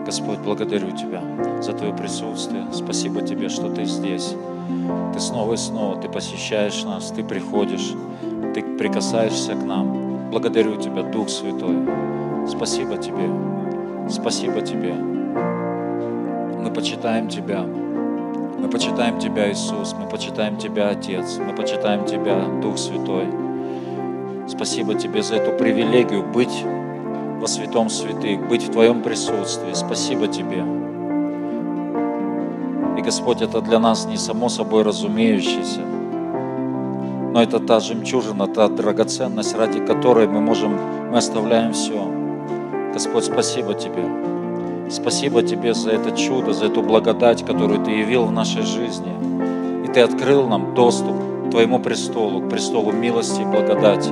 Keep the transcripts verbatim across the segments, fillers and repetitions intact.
Господь, благодарю Тебя за Твое присутствие. Спасибо Тебе, что Ты здесь. Ты снова и снова, Ты посещаешь нас, Ты приходишь, Ты прикасаешься к нам. Благодарю Тебя, Дух Святой. Спасибо Тебе. Спасибо Тебе. Мы почитаем Тебя. Мы почитаем Тебя, Иисус. Мы почитаем Тебя, Отец. Мы почитаем Тебя, Дух Святой. Спасибо Тебе за эту привилегию быть во святом святых, быть в Твоем присутствии. Спасибо Тебе. И, Господь, это для нас не само собой разумеющееся, но это та жемчужина, та драгоценность, ради которой мы можем, мы оставляем все. Господь, спасибо Тебе. Спасибо Тебе за это чудо, за эту благодать, которую Ты явил в нашей жизни. И Ты открыл нам доступ к Твоему престолу, к престолу милости и благодати.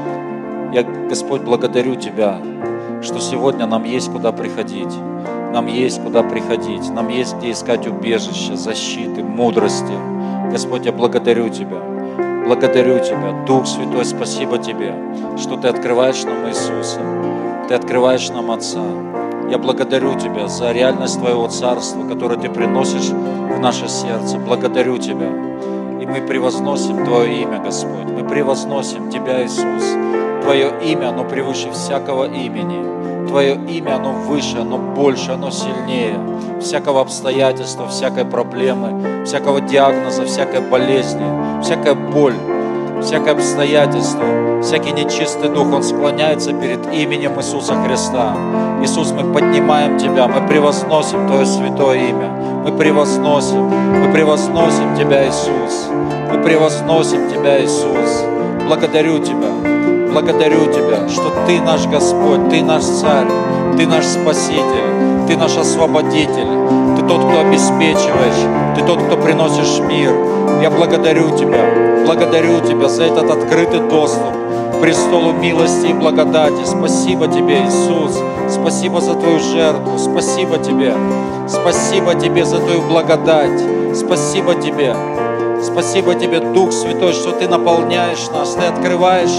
Я, Господь, благодарю Тебя, что сегодня нам есть куда приходить. Нам есть куда приходить. Нам есть где искать убежище, защиты, мудрости. Господь, я благодарю Тебя. Благодарю Тебя. Дух Святой, спасибо Тебе, что Ты открываешь нам Иисуса. Ты открываешь нам Отца. Я благодарю Тебя за реальность Твоего Царства, которое Ты приносишь в наше сердце. Благодарю Тебя. И мы превозносим Твое имя, Господь. Мы превозносим Тебя, Иисус. Твое имя, оно превыше всякого имени. Твое имя, оно выше, оно больше, оно сильнее всякого обстоятельства, всякой проблемы, всякого диагноза, всякой болезни, всякая боль, всякое обстоятельство, всякий нечистый дух, он склоняется перед именем Иисуса Христа. Иисус, мы поднимаем Тебя, мы превозносим Твое святое имя, мы превозносим, мы превозносим Тебя, Иисус, мы превозносим Тебя, Иисус. Благодарю Тебя. Благодарю Тебя, что Ты наш Господь, Ты наш Царь, Ты наш Спаситель, Ты наш Освободитель, Ты тот, кто обеспечиваешь, Ты тот, кто приносишь мир. Я благодарю Тебя, благодарю Тебя за этот открытый доступ к престолу милости и благодати. Спасибо Тебе, Иисус, спасибо за Твою жертву, спасибо Тебе, спасибо Тебе за Твою благодать, спасибо Тебе. Спасибо Тебе, Дух Святой, что Ты наполняешь нас, Ты открываешь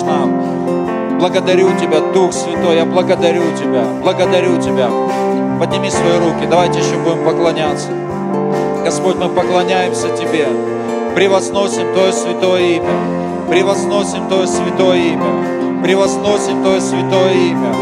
нам. Благодарю Тебя, Дух Святой, я благодарю Тебя, благодарю Тебя. Подними свои руки, давайте еще будем поклоняться. Господь, мы поклоняемся Тебе, превозносим Твое святое имя, превозносим Твое святое имя, превозносим Твое святое имя.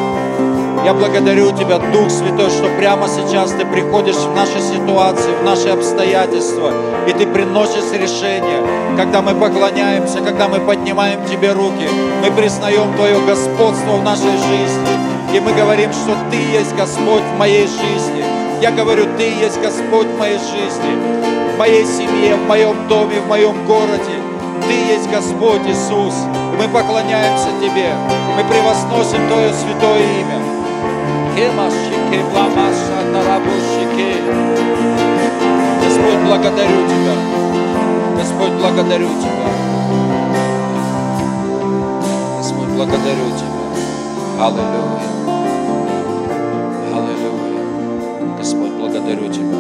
Я благодарю Тебя, Дух Святой, что прямо сейчас Ты приходишь в наши ситуации, в наши обстоятельства, и Ты приносишь решение. Когда мы поклоняемся, когда мы поднимаем Тебе руки, мы признаем Твое господство в нашей жизни, и мы говорим, что Ты есть Господь в моей жизни. Я говорю, Ты есть Господь в моей жизни, в моей семье, в моем доме, в моем городе. Ты есть Господь Иисус. Мы поклоняемся Тебе, мы превозносим Твое святое имя. Господь, благодарю Тебя. Господь, благодарю Тебя. Господь, благодарю Тебя. Аллилуйя. Аллилуйя. Господь, благодарю Тебя.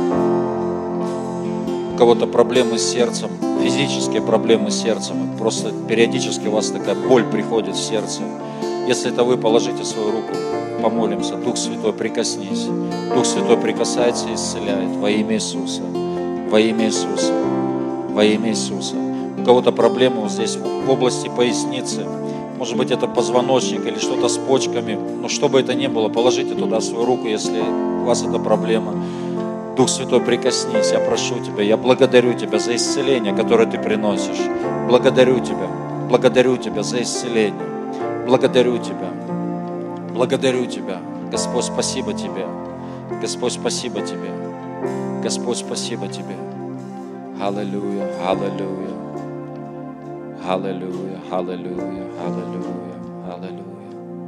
У кого-то проблемы с сердцем, физические проблемы с сердцем. Просто периодически у вас такая боль приходит в сердце. Если это вы, положите свою руку. Помолимся. Дух Святой, прикоснись. Дух Святой прикасается и исцеляет во имя Иисуса. Во имя Иисуса. Во имя Иисуса. У кого-то проблемы вот здесь, в области поясницы. Может быть, это позвоночник или что-то с почками. Но что бы это ни было, положите туда свою руку, если у вас это проблема. Дух Святой, прикоснись. Я прошу Тебя, я благодарю Тебя за исцеление, которое Ты приносишь. Благодарю Тебя. Благодарю Тебя за исцеление. Благодарю Тебя. Благодарю Тебя. Господь, спасибо Тебе. Господь, спасибо Тебе. Господь, спасибо Тебе. Аллилуйя, аллилуйя. Аллилуйя, аллилуйя, аллилуйя, аллилуйя.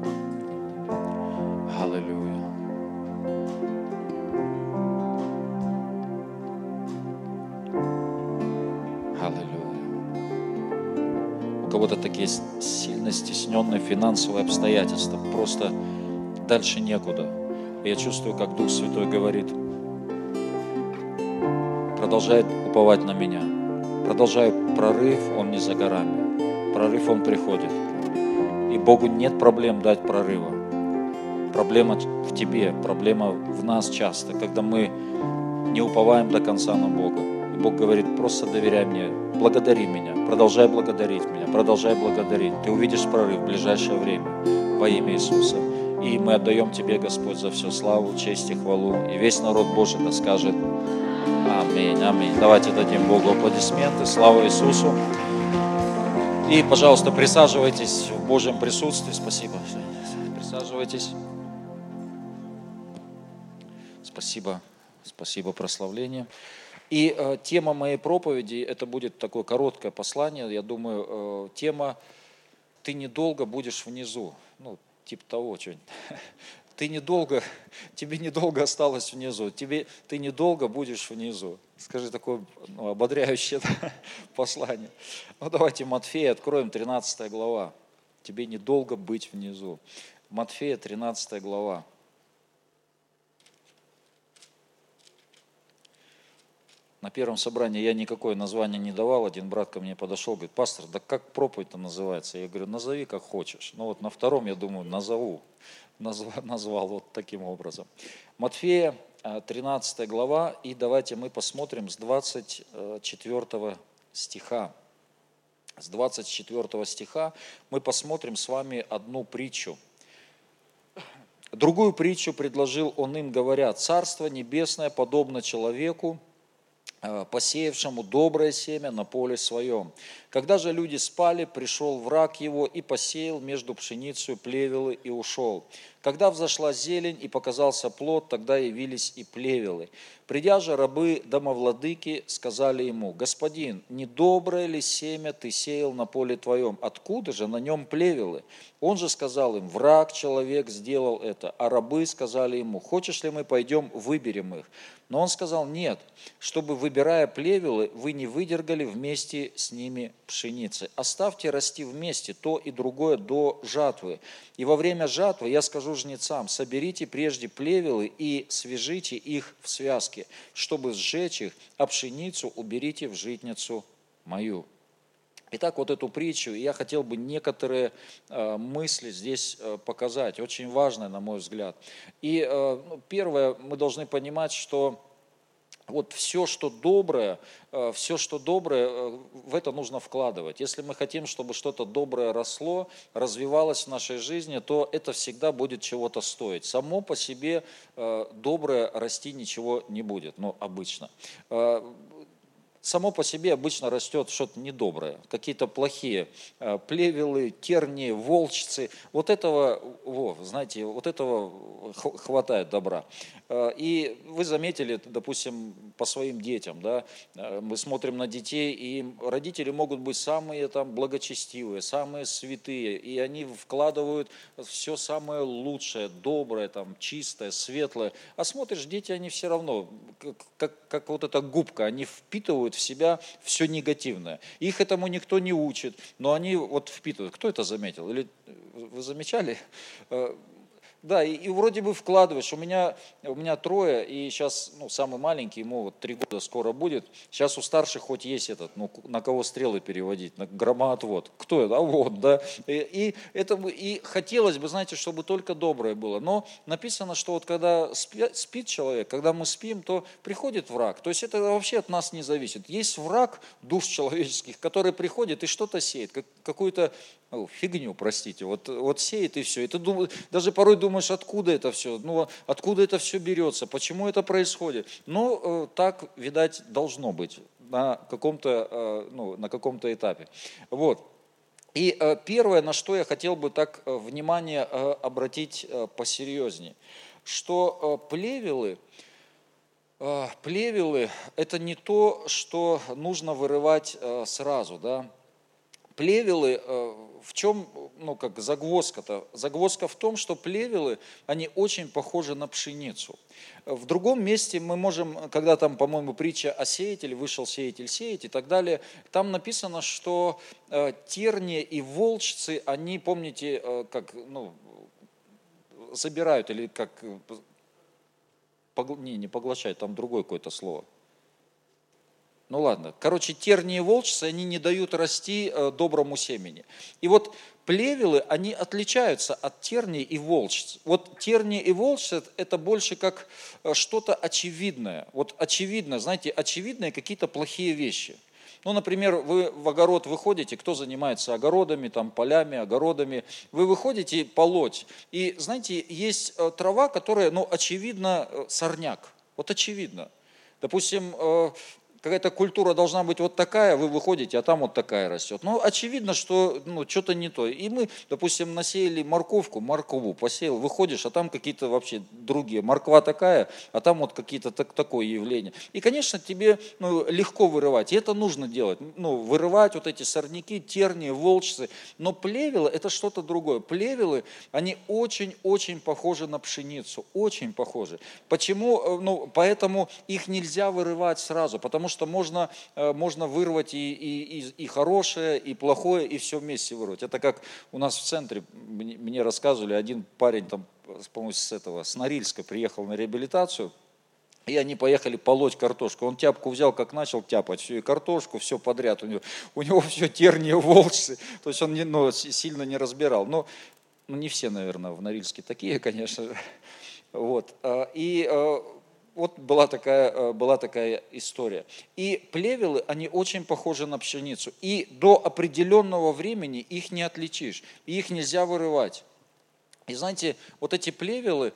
Аллилуйя. Аллилуйя. У кого-то такие сильно стесненные финансовые обстоятельства. Просто дальше некуда. Я чувствую, как Дух Святой говорит: продолжай уповать на меня. Продолжай прорыв, он не за горами. Прорыв, он приходит. И Богу нет проблем дать прорыва. Проблема в в Тебе, проблема в нас часто, когда мы не уповаем до конца на Бога. И Бог говорит, просто доверяй мне, благодари меня, продолжай благодарить меня, продолжай благодарить. Ты увидишь прорыв в ближайшее время во имя Иисуса. И мы отдаем Тебе, Господь, за все славу, честь и хвалу. И весь народ Божий да скажет аминь, аминь. Давайте дадим Богу аплодисменты, слава Иисусу. И, пожалуйста, присаживайтесь в Божьем присутствии. Спасибо. Присаживайтесь. Спасибо. Спасибо, прославление. И э, тема моей проповеди, это будет такое короткое послание, я думаю, э, тема «Ты недолго будешь внизу». Ну, типа того, что-нибудь. Ты недолго, тебе недолго осталось внизу, тебе, ты недолго будешь внизу. Скажи такое ну, ободряющее послание. Ну давайте Матфея откроем, тринадцатая глава. Тебе недолго быть внизу. Матфея, тринадцатая глава. На первом собрании я никакое название не давал. Один брат ко мне подошел, говорит, пастор, да как проповедь-то называется? Я говорю, назови как хочешь. Ну вот на втором, я думаю, назову. Назвал, назвал вот таким образом. Матфея, тринадцатая глава, и давайте мы посмотрим с двадцать четвёртого стиха. С двадцать четвёртого стиха мы посмотрим с вами одну притчу. Другую притчу предложил он им, говоря, «Царство небесное подобно человеку, посеявшему доброе семя на поле своем. Когда же люди спали, пришел враг его и посеял между пшеницей плевелы и ушел. Когда взошла зелень и показался плод, тогда явились и плевелы. Придя же рабы домовладыки, сказали ему, «Господин, недоброе ли семя ты сеял на поле твоем? Откуда же на нем плевелы?» Он же сказал им, «Враг человек сделал это». А рабы сказали ему, «Хочешь ли мы пойдем, выберем их?» Но он сказал, «Нет, чтобы, выбирая плевелы, вы не выдергали вместе с ними пшеницы. Оставьте расти вместе то и другое до жатвы. И во время жатвы я скажу жнецам, соберите прежде плевелы и свяжите их в связке, чтобы сжечь их, а пшеницу уберите в житницу мою». Итак, вот эту притчу, я хотел бы некоторые э, мысли здесь э, показать, очень важные, на мой взгляд. И э, ну, первое, мы должны понимать, что вот все, что доброе, э, все, что доброе, э, в это нужно вкладывать. Если мы хотим, чтобы что-то доброе росло, развивалось в нашей жизни, то это всегда будет чего-то стоить. Само по себе э, доброе расти ничего не будет, ну, обычно. Э, Само по себе обычно растет что-то недоброе, какие-то плохие э, плевелы, тернии, волчцы. Вот этого, во, знаете, вот этого хватает добра. Э, и вы заметили, допустим, по своим детям, да, э, мы смотрим на детей, и родители могут быть самые там благочестивые, самые святые, и они вкладывают все самое лучшее, доброе, там, чистое, светлое. А смотришь, дети, они все равно, как, как, как вот эта губка, они впитывают в себя все негативное. Их этому никто не учит, но они вот впитывают. Кто это заметил? Или вы замечали? Да, и, и вроде бы вкладываешь. У меня, у меня трое, и сейчас ну, самый маленький, ему вот три года скоро будет. Сейчас у старших хоть есть этот, ну, на кого стрелы переводить, на громоотвод. Кто это? А вот, да. И, и, это, и хотелось бы, знаете, чтобы только доброе было. Но написано, что вот когда спит, спит человек, когда мы спим, то приходит враг. То есть это вообще от нас не зависит. Есть враг душ человеческих, который приходит и что-то сеет, как, какую-то ну, фигню, простите, вот, вот сеет и все. И ты думаешь, даже порой думаешь, откуда это все, ну, откуда это все берется, почему это происходит. Но э, так, видать, должно быть на каком-то, э, ну, на каком-то этапе. Вот. И э, первое, на что я хотел бы так э, внимание э, обратить э, посерьезнее, что э, плевелы, э, плевелы – это не то, что нужно вырывать э, сразу, да. Плевелы, в чем, ну, как загвоздка-то? Загвоздка в том, что плевелы, они очень похожи на пшеницу. В другом месте мы можем, когда там, по-моему, притча о сеятеле, вышел сеятель сеять и так далее, там написано, что тернии и волчцы, они, помните, как, ну, забирают или как, не, не поглощают, там другое какое-то слово. Ну ладно, короче, тернии и волчцы, они не дают расти доброму семени. И вот плевелы, они отличаются от тернии и волчиц. Вот тернии и волчица – это больше как что-то очевидное. Вот очевидно, знаете, очевидные какие-то плохие вещи. Ну, например, вы в огород выходите, кто занимается огородами, там, полями, огородами, вы выходите полоть, и, знаете, есть трава, которая, ну, очевидно, сорняк, вот очевидно. Допустим, какая-то культура должна быть вот такая, вы выходите, а там вот такая растет. Ну, очевидно, что ну, что-то не то. И мы, допустим, насеяли морковку, моркову посеял, выходишь, а там какие-то вообще другие. Морква такая, а там вот какие-то так, такое явление. И, конечно, тебе ну, легко вырывать, и это нужно делать. Ну, вырывать вот эти сорняки, тернии, волчцы. Но плевелы – это что-то другое. Плевелы, они очень-очень похожи на пшеницу, очень похожи. Почему? Ну, поэтому их нельзя вырывать сразу, потому что что можно, можно вырвать и, и, и хорошее, и плохое, и все вместе вырвать. Это как у нас в центре, мне, мне рассказывали, один парень, там, по-моему, с этого, с Норильска приехал на реабилитацию, и они поехали полоть картошку. Он тяпку взял, как начал тяпать, всю и картошку, все подряд. У него, у него все тернии, волчцы, то есть он не, ну, сильно не разбирал. Но ну, не все, наверное, в Норильске такие, конечно же. Вот. И вот была такая, была такая история. И плевелы, они очень похожи на пшеницу. И до определенного времени их не отличишь. И их нельзя вырывать. И знаете, вот эти плевелы,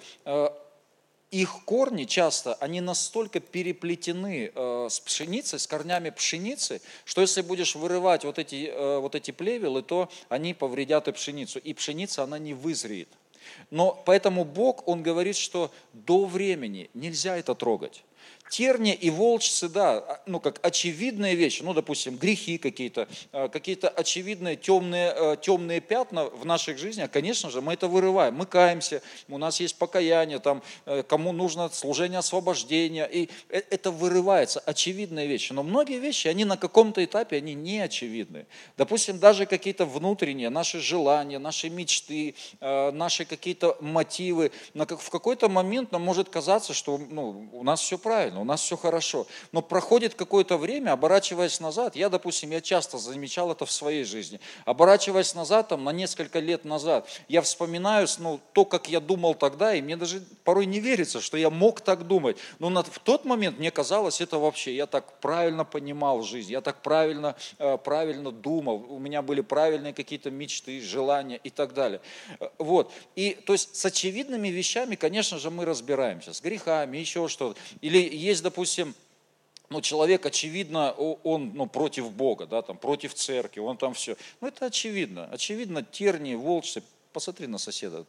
их корни часто, они настолько переплетены с пшеницей, с корнями пшеницы, что если будешь вырывать вот эти, вот эти плевелы, то они повредят и пшеницу. И пшеница, она не вызреет. Но поэтому Бог, Он говорит, что до времени нельзя это трогать. Терни и волчцы, да, ну как очевидные вещи, ну допустим, грехи какие-то, какие-то очевидные темные, темные пятна в наших жизнях, конечно же, мы это вырываем, мы каемся, у нас есть покаяние, там, кому нужно служение освобождения, и это вырывается, очевидные вещи. Но многие вещи, они на каком-то этапе, они не очевидны. Допустим, даже какие-то внутренние, наши желания, наши мечты, наши какие-то мотивы, в какой-то момент нам может казаться, что ну, у нас все правильно, у нас все хорошо. Но проходит какое-то время, оборачиваясь назад, я, допустим, я часто замечал это в своей жизни, оборачиваясь назад, там, на несколько лет назад, я вспоминаю ну, то, как я думал тогда, и мне даже порой не верится, что я мог так думать. Но на, в тот момент мне казалось, это вообще, я так правильно понимал жизнь, я так правильно, правильно думал, у меня были правильные какие-то мечты, желания и так далее. Вот. И, то есть, с очевидными вещами, конечно же, мы разбираемся, с грехами, еще что-то. Или есть, допустим, ну, человек, очевидно, он ну, против Бога, да, там, против церкви, он там все. Ну, это очевидно. Очевидно, тернии, волчцы. Посмотри на соседа.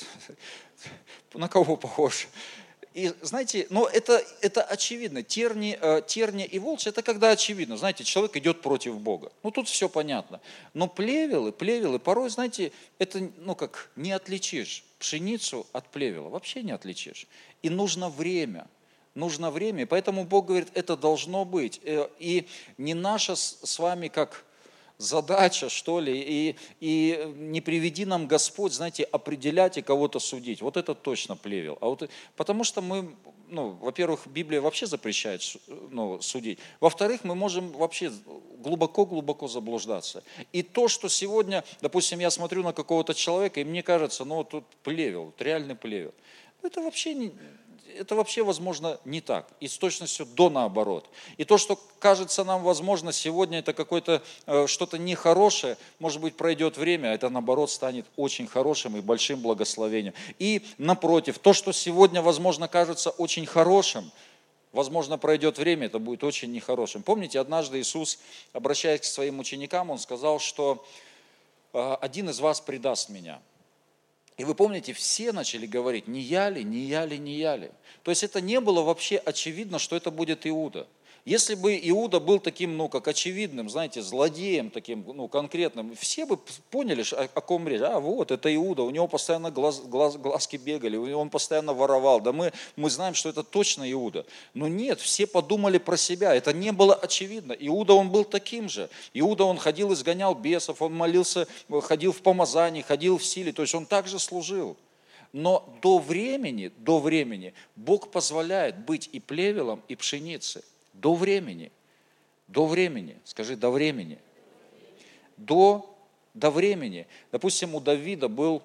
На кого похож? И знаете, но это, это очевидно. Терни, терни и волчцы, это когда очевидно. Знаете, человек идет против Бога. Ну, тут все понятно. Но плевелы, плевелы, порой, знаете, это, ну, как, не отличишь пшеницу от плевела. Вообще не отличишь. И нужно время. Нужно время, поэтому Бог говорит, это должно быть. И не наша с вами как задача, что ли, и, и не приведи нам Господь, знаете, определять и кого-то судить. Вот это точно плевел. А вот, потому что мы, ну, во-первых, Библия вообще запрещает ну, судить. Во-вторых, мы можем вообще глубоко-глубоко заблуждаться. И то, что сегодня, допустим, я смотрю на какого-то человека, и мне кажется, ну, тут плевел, вот реальный плевел. Это вообще не... Это вообще, возможно, не так. И с точностью до наоборот. И то, что кажется нам возможно сегодня, это какое-то э, что-то нехорошее, может быть, пройдет время, а это, наоборот, станет очень хорошим и большим благословением. И, напротив, то, что сегодня, возможно, кажется очень хорошим, возможно, пройдет время, это будет очень нехорошим. Помните, однажды Иисус, обращаясь к своим ученикам, Он сказал, что э, один из вас предаст меня. И вы помните, все начали говорить, не я ли, не я ли, не я ли. То есть это не было вообще очевидно, что это будет Иуда. Если бы Иуда был таким, ну, как очевидным, знаете, злодеем таким, ну, конкретным, все бы поняли, о, о ком речь. А, вот, это Иуда, у него постоянно глаз, глаз, глазки бегали, он постоянно воровал. Да мы, мы знаем, что это точно Иуда. Но нет, все подумали про себя, это не было очевидно. Иуда, он был таким же. Иуда, он ходил, изгонял бесов, он молился, ходил в помазании, ходил в силе, то есть он также служил. Но до времени, до времени Бог позволяет быть и плевелом, и пшеницей. До времени, до времени, скажи, до времени, до, до времени. Допустим, у Давида был,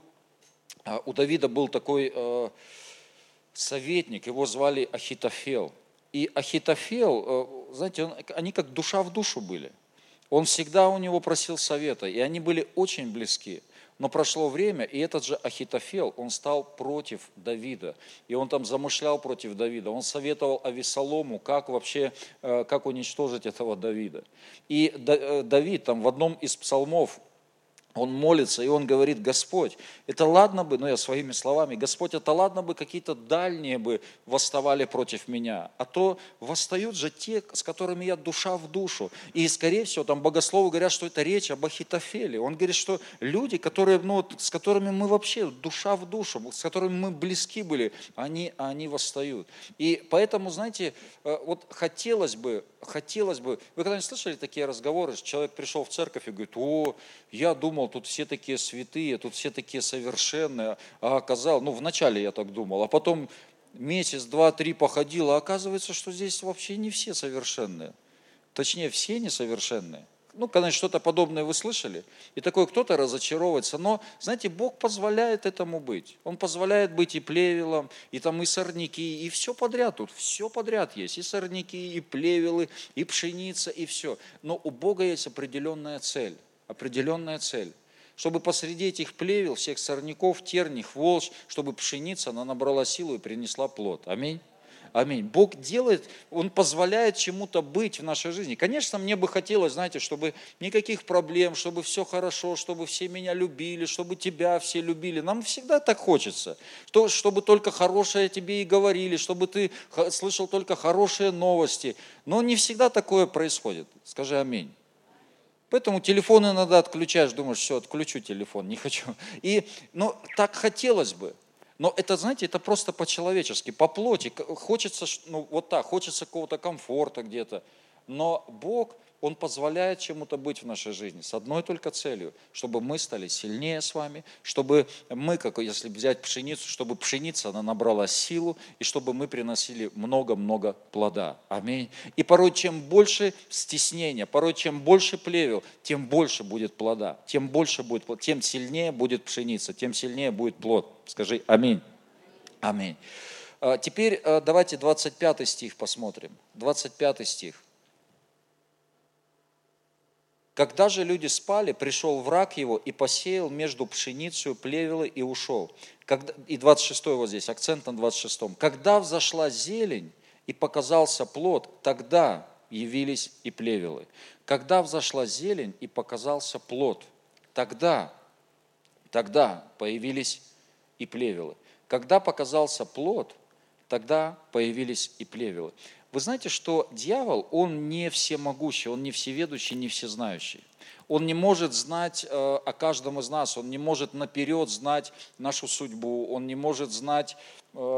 у Давида был такой э, советник, его звали Ахитофел. И Ахитофел, э, знаете, он, они как душа в душу были. Он всегда у него просил совета, и они были очень близки. Но прошло время, и этот же Ахитофел, он стал против Давида. И он там замышлял против Давида. Он советовал Авесолому, как вообще, как уничтожить этого Давида. И Давид там в одном из псалмов, он молится, и он говорит: Господь, это ладно бы, ну я своими словами, Господь, это ладно бы, какие-то дальние бы восставали против меня, а то восстают же те, с которыми я душа в душу. И, скорее всего, там богословы говорят, что это речь об Ахитофеле. Он говорит, что люди, которые, ну, с которыми мы вообще душа в душу, с которыми мы близки были, они, они восстают. И поэтому, знаете, вот хотелось бы, хотелось бы, вы когда-нибудь слышали такие разговоры, что человек пришел в церковь и говорит: о, я думал, тут все такие святые, тут все такие совершенные, а оказалось, ну вначале я так думал, а потом месяц, два, три походил, а оказывается, что здесь вообще не все совершенные, точнее все несовершенные. Ну, когда что-то подобное вы слышали, и такой кто-то разочаровывается, но, знаете, Бог позволяет этому быть. Он позволяет быть и плевелом, и там и сорняки, и все подряд тут, все подряд есть, и сорняки, и плевелы, и пшеница, и все. Но у Бога есть определенная цель. Определенная цель, чтобы посреди этих плевел, всех сорняков, терний, волж, чтобы пшеница, она набрала силу и принесла плод. Аминь. Аминь. Бог делает, Он позволяет чему-то быть в нашей жизни. Конечно, мне бы хотелось, знаете, чтобы никаких проблем, чтобы все хорошо, чтобы все меня любили, чтобы тебя все любили. Нам всегда так хочется, чтобы только хорошее тебе и говорили, чтобы ты слышал только хорошие новости. Но не всегда такое происходит. Скажи аминь. Поэтому телефон иногда отключаешь, думаешь: все, отключу телефон, не хочу. И, ну, так хотелось бы. Но это, знаете, это просто по-человечески, по плоти. Хочется, ну, вот так, хочется какого-то комфорта где-то. Но Бог, Он позволяет чему-то быть в нашей жизни с одной только целью, чтобы мы стали сильнее с вами, чтобы мы, как если взять пшеницу, чтобы пшеница, она набрала силу, и чтобы мы приносили много-много плода. Аминь. И порой, чем больше стеснения, порой, чем больше плевел, тем больше будет плода, тем больше будет плод, тем сильнее будет пшеница, тем сильнее будет плод. Скажи аминь. Аминь. Теперь давайте двадцать пятый стих посмотрим. двадцать пятый стих. Когда же люди спали, пришел враг его и посеял между пшеницей плевелы и ушел. Когда, и двадцать шестой вот здесь, акцент на двадцать шестом. Когда взошла зелень и показался плод, тогда явились и плевелы. Когда взошла зелень и показался плод, тогда, тогда появились и плевелы. Когда показался плод, тогда появились и плевелы. Вы знаете, что дьявол, он не всемогущий, он не всеведущий, не всезнающий. Он не может знать э, о каждом из нас, он не может наперед знать нашу судьбу, он не может знать э,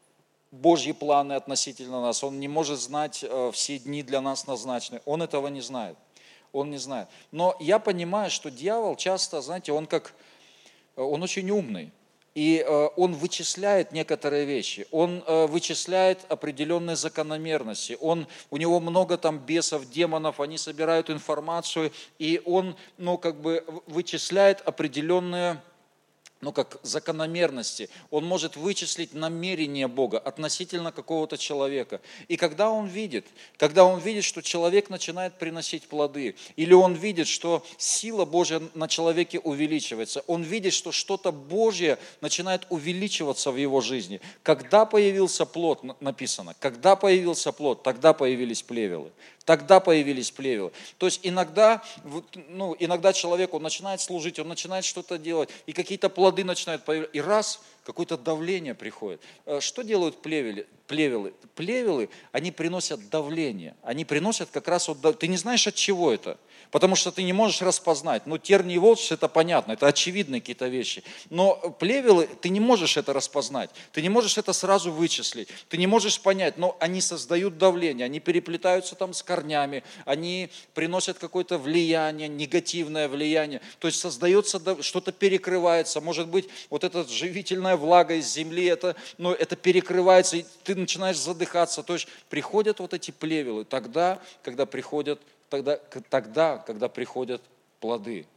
Божьи планы относительно нас, он не может знать э, все дни для нас назначены. Он этого не знает. Он не знает. Но я понимаю, что дьявол часто, знаете, он как, он очень умный. И он вычисляет некоторые вещи, он вычисляет определенные закономерности, он, у него много там бесов, демонов, они собирают информацию, и он, ну, как бы вычисляет определенные, ну, как закономерности. Он может вычислить намерение Бога относительно какого-то человека. И когда он видит, когда он видит, что человек начинает приносить плоды, или он видит, что сила Божья на человеке увеличивается, он видит, что что-то Божье начинает увеличиваться в его жизни. Когда появился плод, написано, когда появился плод, тогда появились плевелы. Тогда появились плевелы. То есть иногда, ну, иногда человек, он начинает служить, он начинает что-то делать, и какие-то плоды начинают появляться, и раз, какое-то давление приходит. Что делают плевелы? Плевелы, плевелы, они приносят давление, они приносят как раз, вот, ты не знаешь, от чего это, потому что ты не можешь распознать. Ну, тернии и волчь, это понятно, это очевидные какие-то вещи, но плевелы, ты не можешь это распознать, ты не можешь это сразу вычислить, ты не можешь понять, но они создают давление, они переплетаются там с корнями, они приносят какое-то влияние, негативное влияние, то есть создается, что-то перекрывается, может быть, вот эта живительная влага из земли, это, ну, это перекрывается, и ты начинаешь задыхаться, то есть приходят вот эти плевелы тогда, когда приходят, тогда, тогда, когда приходят плоды.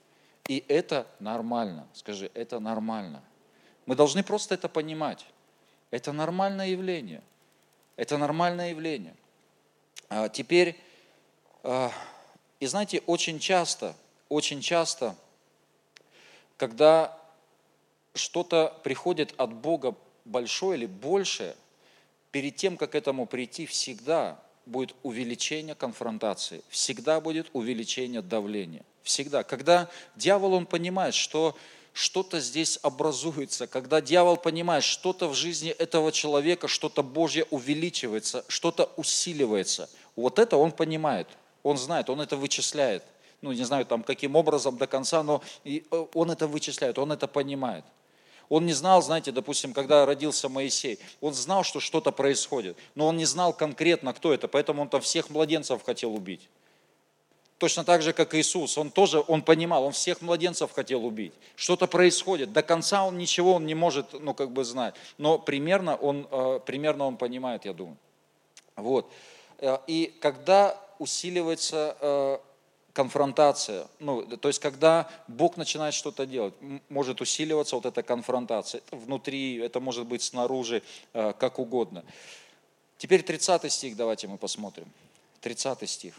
И это нормально. Скажи, это нормально. Мы должны просто это понимать. Это нормальное явление. Это нормальное явление. А теперь, а, и знаете, очень часто, очень часто, когда что-то приходит от Бога большое или большее, перед тем, как к этому прийти, всегда будет увеличение конфронтации, всегда будет увеличение давления. Всегда. Когда дьявол, он понимает, что что-то здесь образуется, когда дьявол понимает, что-то в жизни этого человека, что-то Божье увеличивается, что-то усиливается. Вот это он понимает, он знает, он это вычисляет. Ну, не знаю, там, каким образом до конца, но он это вычисляет, он это понимает. Он не знал, знаете, допустим, когда родился Моисей, он знал, что что-то происходит, но он не знал конкретно, кто это, поэтому он там всех младенцев хотел убить. Точно так же, как Иисус, он тоже, он понимал, он всех младенцев хотел убить. Что-то происходит, до конца он ничего он не может, ну, как бы знать, но примерно он, примерно он понимает, я думаю. Вот. И когда усиливается конфронтация, ну, то есть когда Бог начинает что-то делать, может усиливаться вот эта конфронтация, это внутри, это может быть снаружи, как угодно. Теперь тридцатый стих давайте мы посмотрим. тридцатый стих.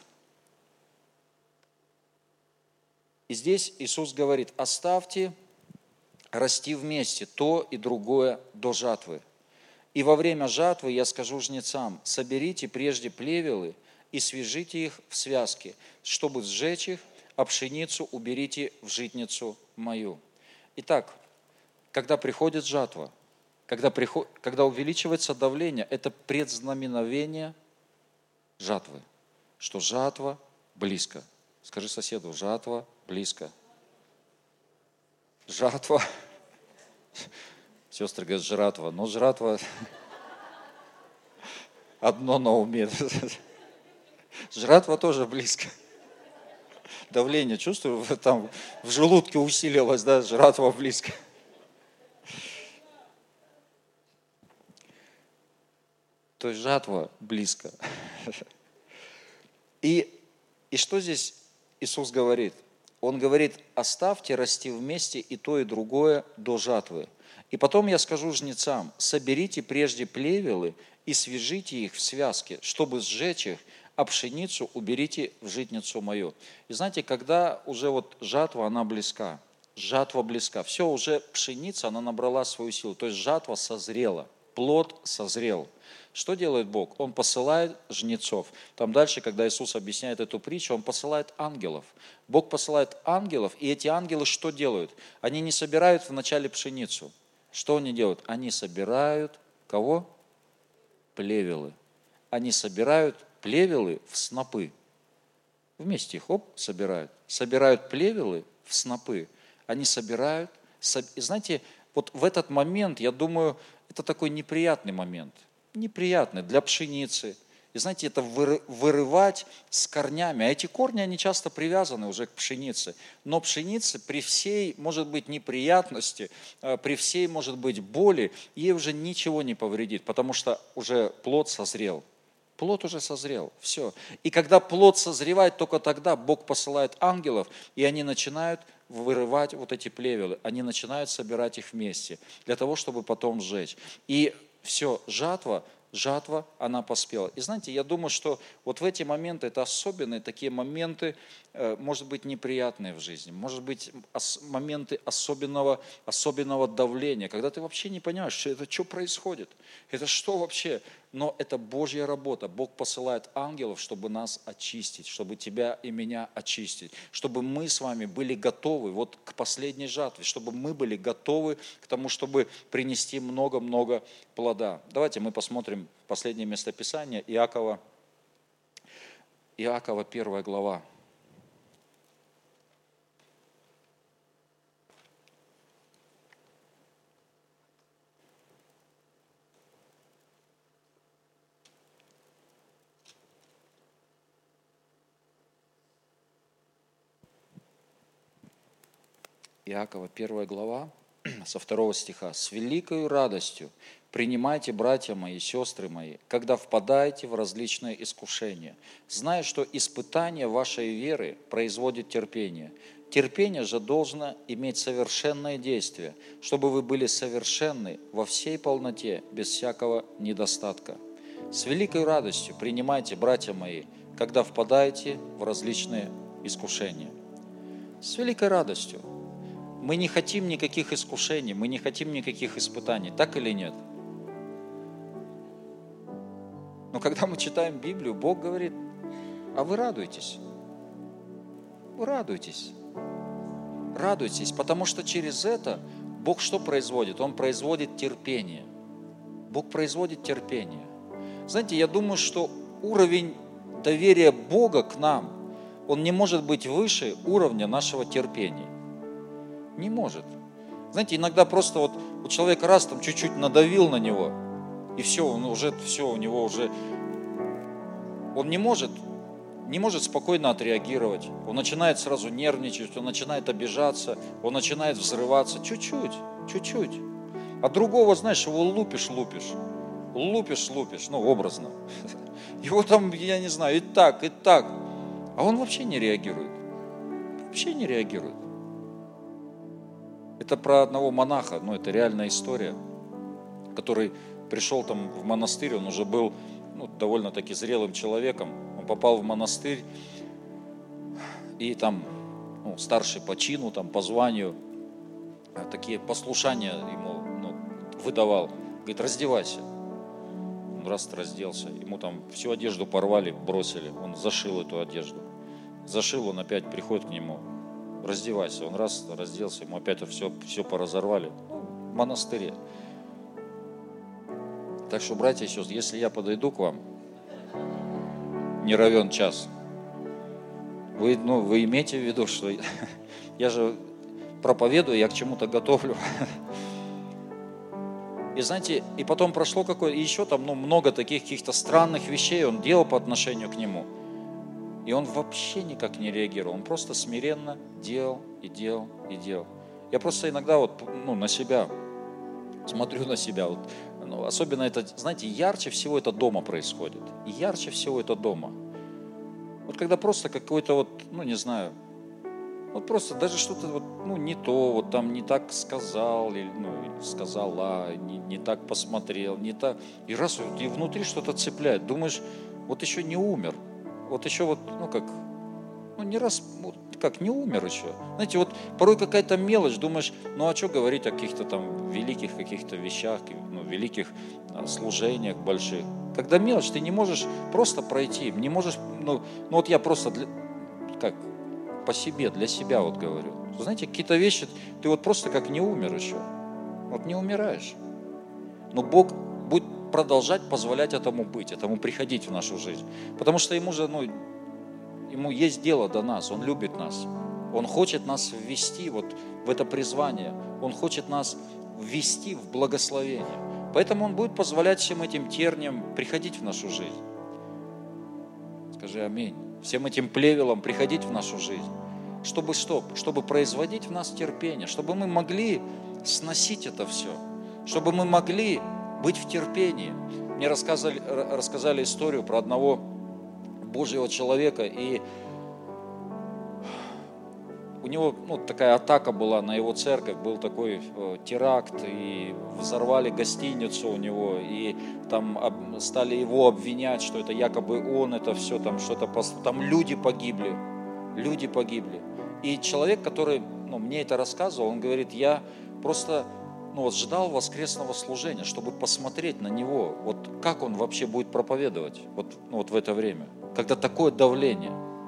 И здесь Иисус говорит: оставьте расти вместе то и другое до жатвы. И во время жатвы я скажу жнецам: соберите прежде плевелы и свяжите их в связки, чтобы сжечь их, а пшеницу уберите в житницу мою. Итак, когда приходит жатва, когда, приход, когда увеличивается давление, это предзнаменовение жатвы, что жатва близко. Скажи соседу: жатва близко. Жатва. Сестры говорят: жратва. Но жратва одно на уме. Жратва тоже близко. Давление чувствую, там в желудке усилилось, да, жратва близко. То есть жатва близко. И, и что здесь Иисус говорит? Он говорит: оставьте расти вместе и то, и другое до жатвы. И потом я скажу жнецам: соберите прежде плевелы и свяжите их в связки, чтобы сжечь их, а пшеницу уберите в житницу мою. И знаете, когда уже вот жатва, она близка, жатва близка, все, уже пшеница, она набрала свою силу, то есть жатва созрела, плод созрел. Что делает Бог? Он посылает жнецов. Там дальше, когда Иисус объясняет эту притчу, Он посылает ангелов. Бог посылает ангелов, и эти ангелы что делают? Они не собирают вначале пшеницу. Что они делают? Они собирают кого? Плевелы. Они собирают плевелы в снопы. Вместе их, оп, собирают. Собирают плевелы в снопы. Они собирают. И знаете, вот в этот момент, я думаю, это такой неприятный момент. Неприятный для пшеницы. И знаете, это вырывать с корнями. А эти корни, они часто привязаны уже к пшенице. Но пшеница при всей, может быть, неприятности, при всей, может быть, боли, ей уже ничего не повредит, потому что уже плод созрел. Плод уже созрел, все. И когда плод созревает, только тогда Бог посылает ангелов, и они начинают вырывать вот эти плевелы, они начинают собирать их вместе, для того, чтобы потом сжечь. И все, жатва, жатва, она поспела. И знаете, я думаю, что вот в эти моменты, это особенные такие моменты, может быть, неприятные в жизни, может быть, моменты особенного, особенного давления, когда ты вообще не понимаешь, что это что происходит, это что вообще, но это Божья работа. Бог посылает ангелов, чтобы нас очистить, чтобы тебя и меня очистить, чтобы мы с вами были готовы вот к последней жатве, чтобы мы были готовы к тому, чтобы принести много-много плода. Давайте мы посмотрим последнее местописание, Иакова, Иакова, первая глава. Иакова, первая глава, со второго стиха. «С великою радостью принимайте, братья мои, сестры мои, когда впадаете в различные искушения, зная, что испытание вашей веры производит терпение. терпение же должно иметь совершенное действие, чтобы вы были совершенны во всей полноте, без всякого недостатка. С великой радостью принимайте, братья мои, когда впадаете в различные искушения. С великой радостью. Мы не хотим никаких искушений, мы не хотим никаких испытаний, так или нет? Но когда мы читаем Библию, Бог говорит: а вы радуйтесь. Вы радуйтесь. Радуйтесь, потому что через это Бог что производит? Он производит терпение. Бог производит терпение. Знаете, я думаю, что уровень доверия Бога к нам, он не может быть выше уровня нашего терпения. Не может. Знаете, иногда просто вот у человека раз там чуть-чуть надавил на него, и все, он уже, все, у него уже, он не может, не может спокойно отреагировать. Он начинает сразу нервничать, он начинает обижаться, он начинает взрываться. Чуть-чуть, чуть-чуть. А другого, знаешь, его лупишь, лупишь. Лупишь, лупишь, ну, образно. Его там, я не знаю, и так, и так. А он вообще не реагирует. Вообще не реагирует. Это про одного монаха, ну, это реальная история, который пришел там в монастырь, он уже был, ну, довольно-таки зрелым человеком. Он попал в монастырь, и там, ну, старший по чину, там, по званию, такие послушания ему, ну, выдавал. Говорит: раздевайся. Он раз разделся, ему там всю одежду порвали, бросили, он зашил эту одежду. Зашил, он опять приходит к нему: раздевайся. Он раз разделся, ему опять все, все поразорвали. В монастыре. Так что, братья и сестры, если я подойду к вам, не равен час, вы, ну, вы имейте в виду, что я же проповедую, я к чему-то готовлю. И знаете, и потом прошло какое-то, еще там, ну, много таких каких-то странных вещей он делал по отношению к нему. И он вообще никак не реагировал. Он просто смиренно делал и делал и делал. Я просто иногда вот, ну, на себя, смотрю на себя. Вот, ну, особенно это, знаете, ярче всего это дома происходит. И ярче всего это дома. Вот когда просто какой-то вот, ну, не знаю, вот просто даже что-то вот, ну, не то, вот там не так сказал, или, ну, сказала, не, не так посмотрел, не так. И раз, и внутри что-то цепляет. Думаешь, вот еще не умер. Вот еще вот, ну как, ну не раз, вот, как, не умер еще. Знаете, вот порой какая-то мелочь, думаешь, ну а что говорить о каких-то там великих каких-то вещах, ну, великих а, служениях больших. Когда мелочь, ты не можешь просто пройти, не можешь, ну, ну вот я просто, для, как, по себе, для себя вот говорю. Знаете, какие-то вещи, ты вот просто как не умер еще. Вот не умираешь. Но Бог будет продолжать позволять этому быть, этому приходить в нашу жизнь. Потому что ему же, ну, ему есть дело до нас, он любит нас. Он хочет нас ввести вот в это призвание. Он хочет нас ввести в благословение. Поэтому он будет позволять всем этим терниям приходить в нашу жизнь. Скажи аминь. Всем этим плевелам приходить в нашу жизнь. Чтобы что? Чтобы производить в нас терпение, чтобы мы могли сносить это все, чтобы мы могли быть в терпении. Мне рассказали, рассказали историю про одного Божьего человека, и у него, ну, такая атака была на его церковь, был такой э, теракт, и взорвали гостиницу у него, и там об, стали его обвинять, что это якобы он, это все там что-то, там люди погибли, люди погибли. И человек, который, ну, мне это рассказывал, он говорит: я просто, ну, вот ждал воскресного служения, чтобы посмотреть на него, вот как он вообще будет проповедовать вот, ну, вот в это время, когда такое давление.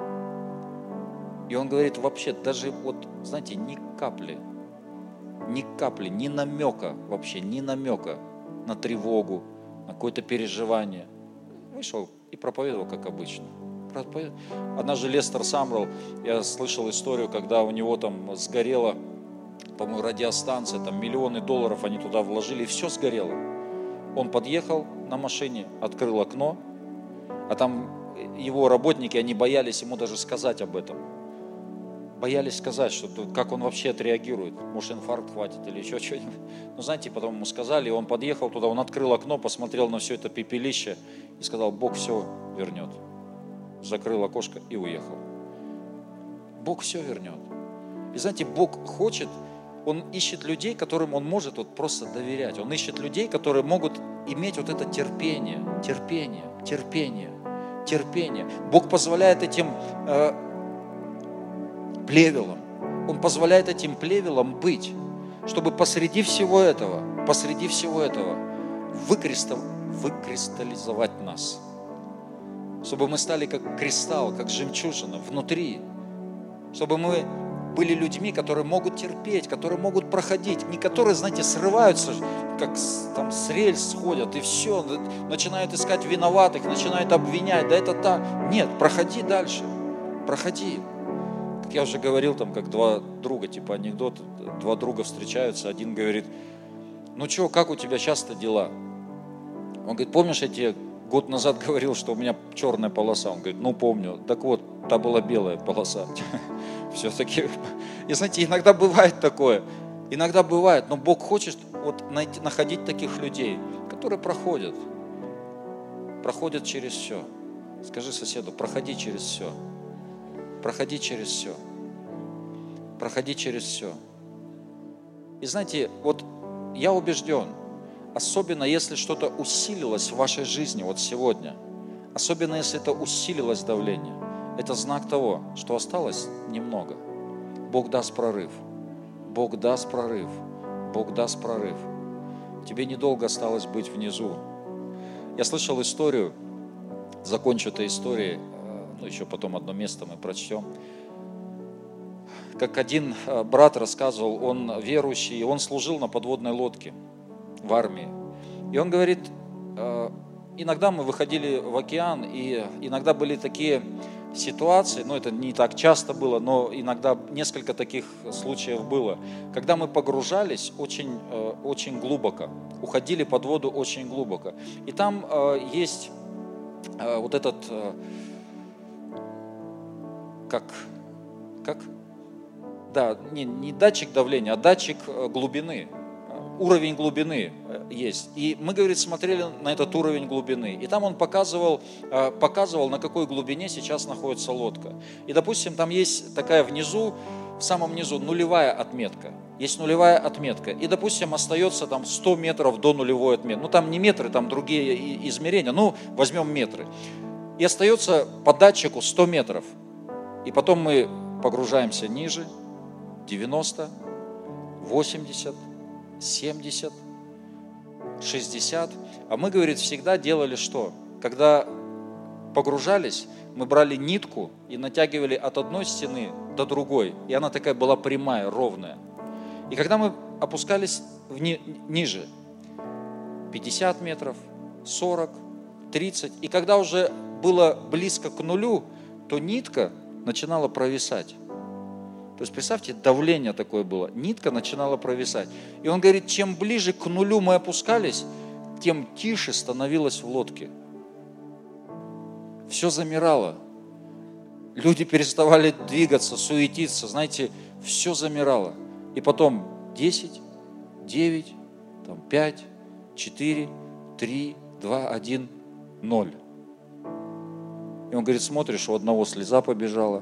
И он говорит, вообще даже вот, знаете, ни капли, ни капли, ни намека вообще, ни намека на тревогу, на какое-то переживание. Вышел и проповедовал, как обычно. Однажды Лестер Самрелл, я слышал историю, когда у него там сгорела, по-моему, радиостанция, там миллионы долларов они туда вложили, и все сгорело. Он подъехал на машине, открыл окно, а там его работники, они боялись ему даже сказать об этом. Боялись сказать, что как он вообще отреагирует. Может, инфаркт хватит или еще что-нибудь. Ну, знаете, потом ему сказали, и он подъехал туда, он открыл окно, посмотрел на все это пепелище и сказал, Бог все вернет. Закрыл окошко и уехал. Бог все вернет. И знаете, Бог хочет, Он ищет людей, которым Он может вот просто доверять. Он ищет людей, которые могут иметь вот это терпение, терпение, терпение, терпение. Бог позволяет этим э, плевелам, Он позволяет этим плевелам быть, чтобы посреди всего этого, посреди всего этого выкристалл, выкристаллизовать нас. Чтобы мы стали как кристалл, как жемчужина внутри. Чтобы мы были людьми, которые могут терпеть, которые могут проходить. Не которые, знаете, срываются, как там с рельс сходят и все, начинают искать виноватых, начинают обвинять. Да это так. Нет, проходи дальше. Проходи. Как я уже говорил, там, как два друга, типа анекдот, два друга встречаются, один говорит: ну что, как у тебя часто дела? Он говорит: помнишь, я тебе год назад говорил, что у меня черная полоса? Он говорит: ну помню. Так вот, та была белая полоса. Все-таки, и знаете, иногда бывает такое, иногда бывает, но Бог хочет вот найти, находить таких людей, которые проходят, проходят через все. Скажи соседу: проходи через все, проходи через все, проходи через все. И знаете, вот я убежден, особенно если что-то усилилось в вашей жизни вот сегодня, особенно если это усилилось давление, это знак того, что осталось немного. Бог даст прорыв. Бог даст прорыв. Бог даст прорыв. Тебе недолго осталось быть внизу. Я слышал историю, закончу этой историей, ну еще потом одно место мы прочтем. Как один брат рассказывал, он верующий, он служил на подводной лодке в армии. И он говорит, иногда мы выходили в океан, и иногда были такие ситуации, но это не так часто было, но иногда несколько таких случаев было, когда мы погружались очень, очень глубоко, уходили под воду очень глубоко. И там есть вот этот, как, как? Да, не, не датчик давления, а датчик глубины. Уровень глубины есть. И мы, говорит, смотрели на этот уровень глубины. И там он показывал, показывал, на какой глубине сейчас находится лодка. И, допустим, там есть такая внизу, в самом низу нулевая отметка. Есть нулевая отметка. И, допустим, остается там сто метров до нулевой отметки. Ну, там не метры, там другие измерения. Ну, возьмем метры. И остается по датчику сто метров. И потом мы погружаемся ниже, девяносто, восемьдесят, семьдесят, шестьдесят. А мы, говорит, всегда делали что? Когда погружались, мы брали нитку и натягивали от одной стены до другой. И она такая была прямая, ровная. И когда мы опускались вни, ниже, пятьдесят метров, сорок, тридцать, и когда уже было близко к нулю, то нитка начинала провисать. То есть, представьте, давление такое было. Нитка начинала провисать. И он говорит, чем ближе к нулю мы опускались, тем тише становилось в лодке. Все замирало. Люди переставали двигаться, суетиться. Знаете, все замирало. И потом десять, девять, там пять, четыре, три, два, один, ноль. И он говорит, смотришь, у одного слеза побежала.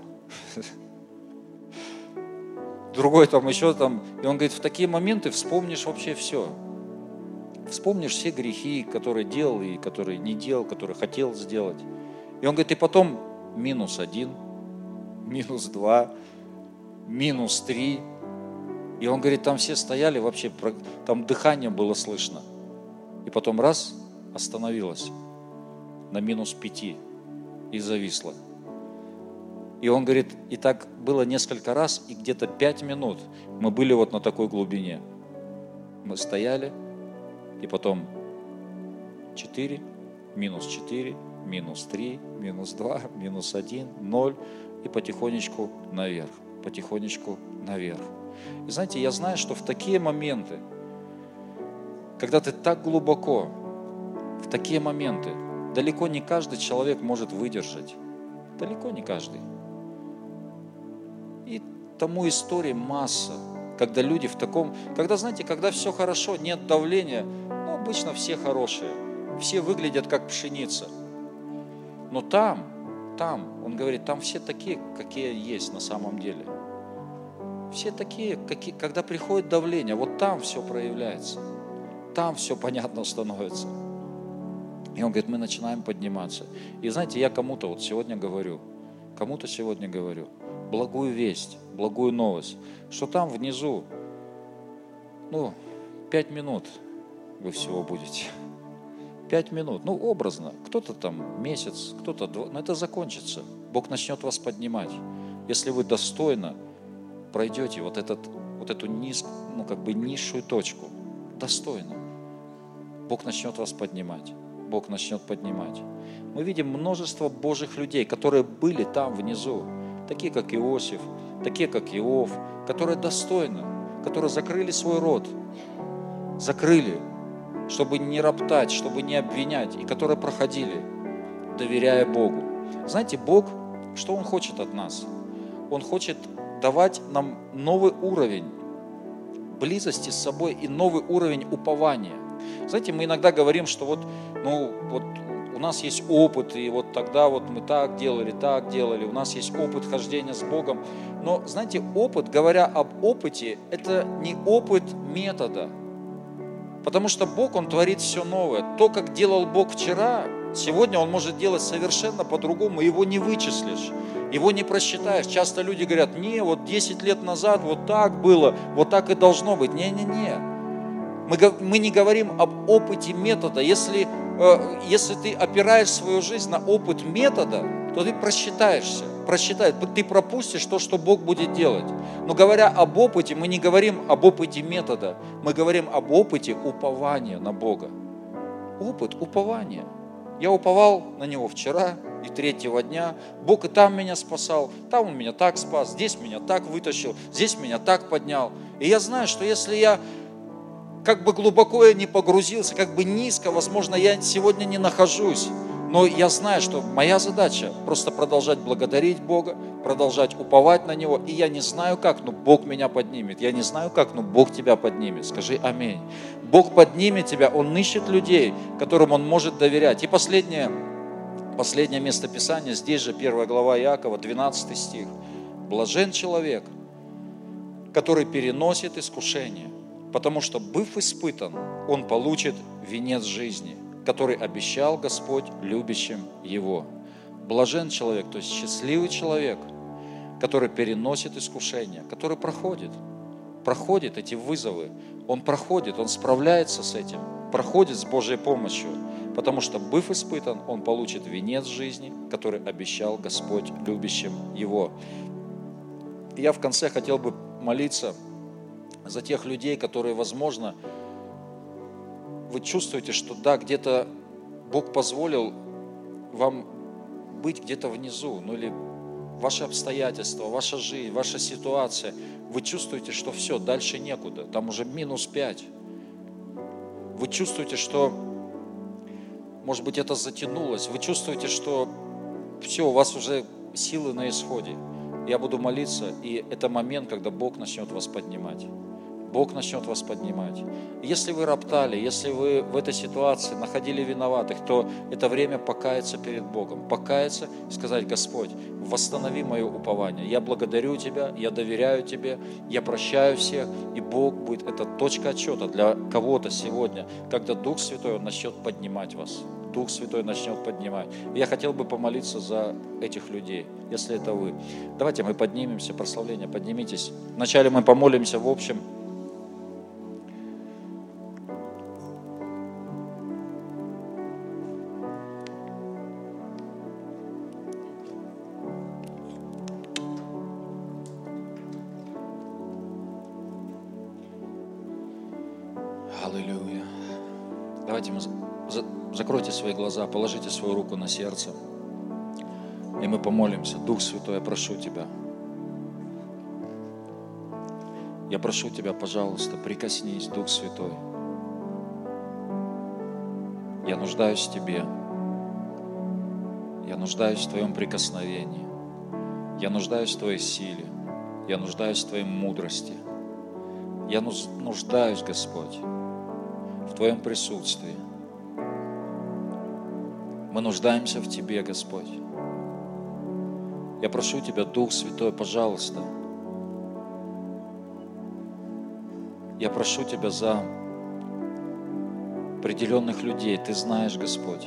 Другой там еще там, и он говорит, в такие моменты вспомнишь вообще все. Вспомнишь все грехи, которые делал и которые не делал, которые хотел сделать. И он говорит, и потом минус один, минус два, минус три. И он говорит, там все стояли вообще, там дыхание было слышно. И потом раз, остановилось на минус пяти и зависло. И он говорит, и так было несколько раз, и где-то пять минут мы были вот на такой глубине. Мы стояли, и потом четыре, минус четыре, минус три, минус два, минус один, ноль, и потихонечку наверх, потихонечку наверх. И знаете, я знаю, что в такие моменты, когда ты так глубоко, в такие моменты, далеко не каждый человек может выдержать. Далеко не каждый. И тому истории масса, когда люди в таком, когда, знаете, когда все хорошо, нет давления, ну, обычно все хорошие, все выглядят как пшеница. Но там, там, он говорит, там все такие, какие есть на самом деле. все такие, какие, когда приходит давление, вот там все проявляется. Там все понятно становится. И он говорит, мы начинаем подниматься. И знаете, я кому-то вот сегодня говорю, кому-то сегодня говорю, благую весть, благую новость, что там внизу, ну, пять минут вы всего будете. Пять минут, ну, образно. Кто-то там месяц, кто-то два, но это закончится. Бог начнет вас поднимать. Если вы достойно пройдете вот, этот, вот эту низ, ну, как бы низшую точку, достойно, Бог начнет вас поднимать. Бог начнет поднимать. Мы видим множество Божьих людей, которые были там внизу, такие как Иосиф, такие как Иов, которые достойно, которые закрыли свой рот, закрыли, чтобы не роптать, чтобы не обвинять, и которые проходили, доверяя Богу. Знаете, Бог, что Он хочет от нас? Он хочет давать нам новый уровень близости с собой и новый уровень упования. Знаете, мы иногда говорим, что вот, ну, вот у нас есть опыт, и вот тогда вот мы так делали, так делали, у нас есть опыт хождения с Богом. Но, знаете, опыт, говоря об опыте, это не опыт метода. Потому что Бог, Он творит все новое. То, как делал Бог вчера, сегодня Он может делать совершенно по-другому, его не вычислишь, его не просчитаешь. Часто люди говорят, не, вот десять лет назад вот так было, вот так и должно быть. Не-не-не. Мы, мы не говорим об опыте метода. Если, э, если ты опираешь свою жизнь на опыт метода, то ты просчитаешься, просчитаешь, ты пропустишь то, что Бог будет делать. Но говоря об опыте, мы не говорим об опыте метода, мы говорим об опыте упования на Бога. Опыт упования. Я уповал на Него вчера и третьего дня. Бог и там меня спасал, там Он меня так спас, здесь меня так вытащил, здесь меня так поднял. И я знаю, что если я как бы глубоко я не погрузился, как бы низко, возможно, я сегодня не нахожусь. Но я знаю, что моя задача просто продолжать благодарить Бога, продолжать уповать на Него. И я не знаю как, но Бог меня поднимет. Я не знаю как, но Бог тебя поднимет. Скажи аминь. Бог поднимет тебя, Он ищет людей, которым Он может доверять. И последнее, последнее место Писания, здесь же первая глава Иакова, двенадцатый стих. Блажен человек, который переносит искушение, потому что, быв испытан, он получит венец жизни, который обещал Господь любящим его. Блажен человек, то есть счастливый человек, который переносит искушения, который проходит, проходит эти вызовы. Он проходит, он справляется с этим, проходит с Божьей помощью, потому что, быв испытан, он получит венец жизни, который обещал Господь любящим его. И я в конце хотел бы молиться за тех людей, которые, возможно, вы чувствуете, что да, где-то Бог позволил вам быть где-то внизу, ну или ваши обстоятельства, ваша жизнь, ваша ситуация, вы чувствуете, что все, дальше некуда, там уже минус пять. Вы чувствуете, что, может быть, это затянулось, вы чувствуете, что все, у вас уже силы на исходе. Я буду молиться, и это момент, когда Бог начнет вас поднимать. Бог начнет вас поднимать. Если вы роптали, если вы в этой ситуации находили виноватых, то это время покаяться перед Богом. Покаяться и сказать: Господь, восстанови мое упование. Я благодарю Тебя, я доверяю Тебе, я прощаю всех. И Бог будет, это точка отсчета для кого-то сегодня, когда Дух Святой Он начнет поднимать вас. Дух Святой начнет поднимать. Я хотел бы помолиться за этих людей, если это вы. Давайте мы поднимемся, прославление, поднимитесь. Вначале мы помолимся в общем. Аллилуйя. Давайте мы закройте свои глаза, положите свою руку на сердце, и мы помолимся. Дух Святой, я прошу Тебя. Я прошу Тебя, пожалуйста, прикоснись, Дух Святой. Я нуждаюсь в Тебе. Я нуждаюсь в Твоем прикосновении. Я нуждаюсь в Твоей силе. Я нуждаюсь в Твоей мудрости. Я нуждаюсь, Господь, в Твоем присутствии. Мы нуждаемся в Тебе, Господь. Я прошу Тебя, Дух Святой, пожалуйста, Я прошу Тебя за определенных людей. Ты знаешь, Господь.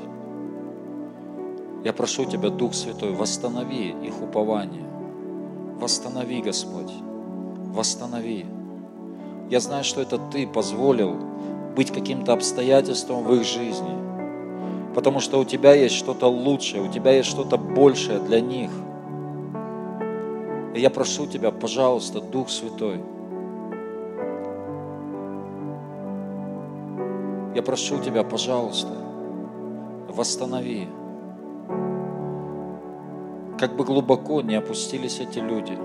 Я прошу Тебя, Дух Святой, восстанови их упование. Восстанови, Господь. Восстанови. Я знаю, что это Ты позволил быть каким-то обстоятельством в их жизни. Потому что у Тебя есть что-то лучшее, у Тебя есть что-то большее для них. И я прошу Тебя, пожалуйста, Дух Святой, я прошу Тебя, пожалуйста, восстанови. Как бы глубоко не опустились эти люди,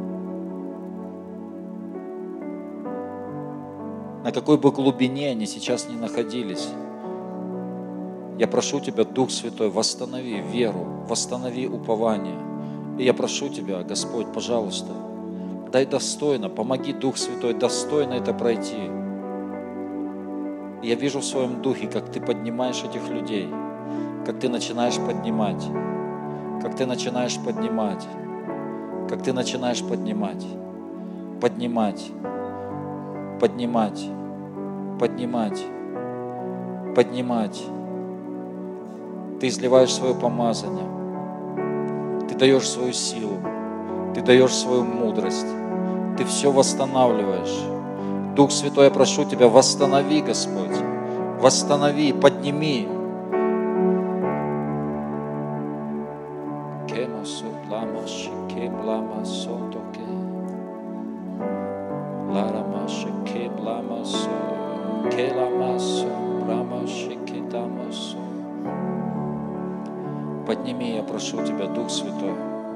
на какой бы глубине они сейчас ни находились, я прошу Тебя, Дух Святой, восстанови веру, восстанови упование. И я прошу Тебя, Господь, пожалуйста, дай достойно, помоги, Дух Святой, достойно это пройти. Я вижу в своем духе, как Ты поднимаешь этих людей, как Ты начинаешь поднимать, как Ты начинаешь поднимать, как Ты начинаешь поднимать, поднимать, поднимать, поднимать, поднимать. Ты изливаешь свое помазание, Ты даешь свою силу, Ты даешь свою мудрость, Ты все восстанавливаешь. Дух Святой, я прошу Тебя, восстанови, Господь, восстанови, подними. Подними, я прошу Тебя, Дух Святой.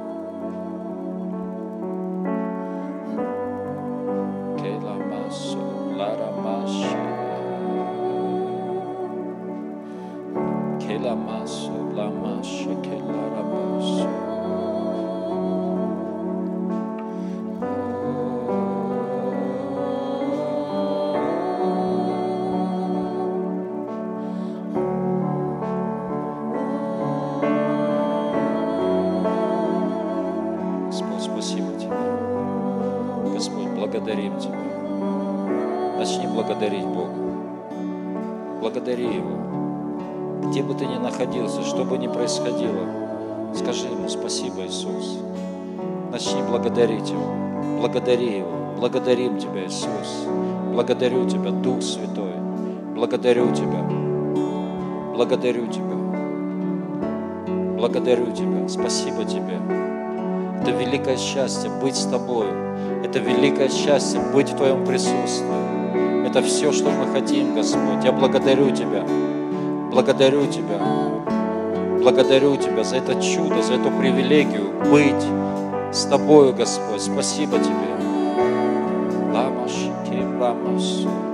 Благодарим Тебя. Начни благодарить Бога. Благодари Его. Где бы ты ни находился, что бы ни происходило, скажи Ему спасибо, Иисус. Начни благодарить Его. Благодари Его. Благодарим Тебя, Иисус. Благодарю Тебя, Дух Святой. Благодарю Тебя. Благодарю Тебя. Благодарю Тебя. Спасибо Тебе. Это великое счастье быть с Тобой. Это великое счастье быть в Твоем присутствии. Это все, что мы хотим, Господь. Я благодарю Тебя. Благодарю Тебя. Благодарю Тебя за это чудо, за эту привилегию быть с Тобою, Господь. Спасибо Тебе. Ламашки, ламасу.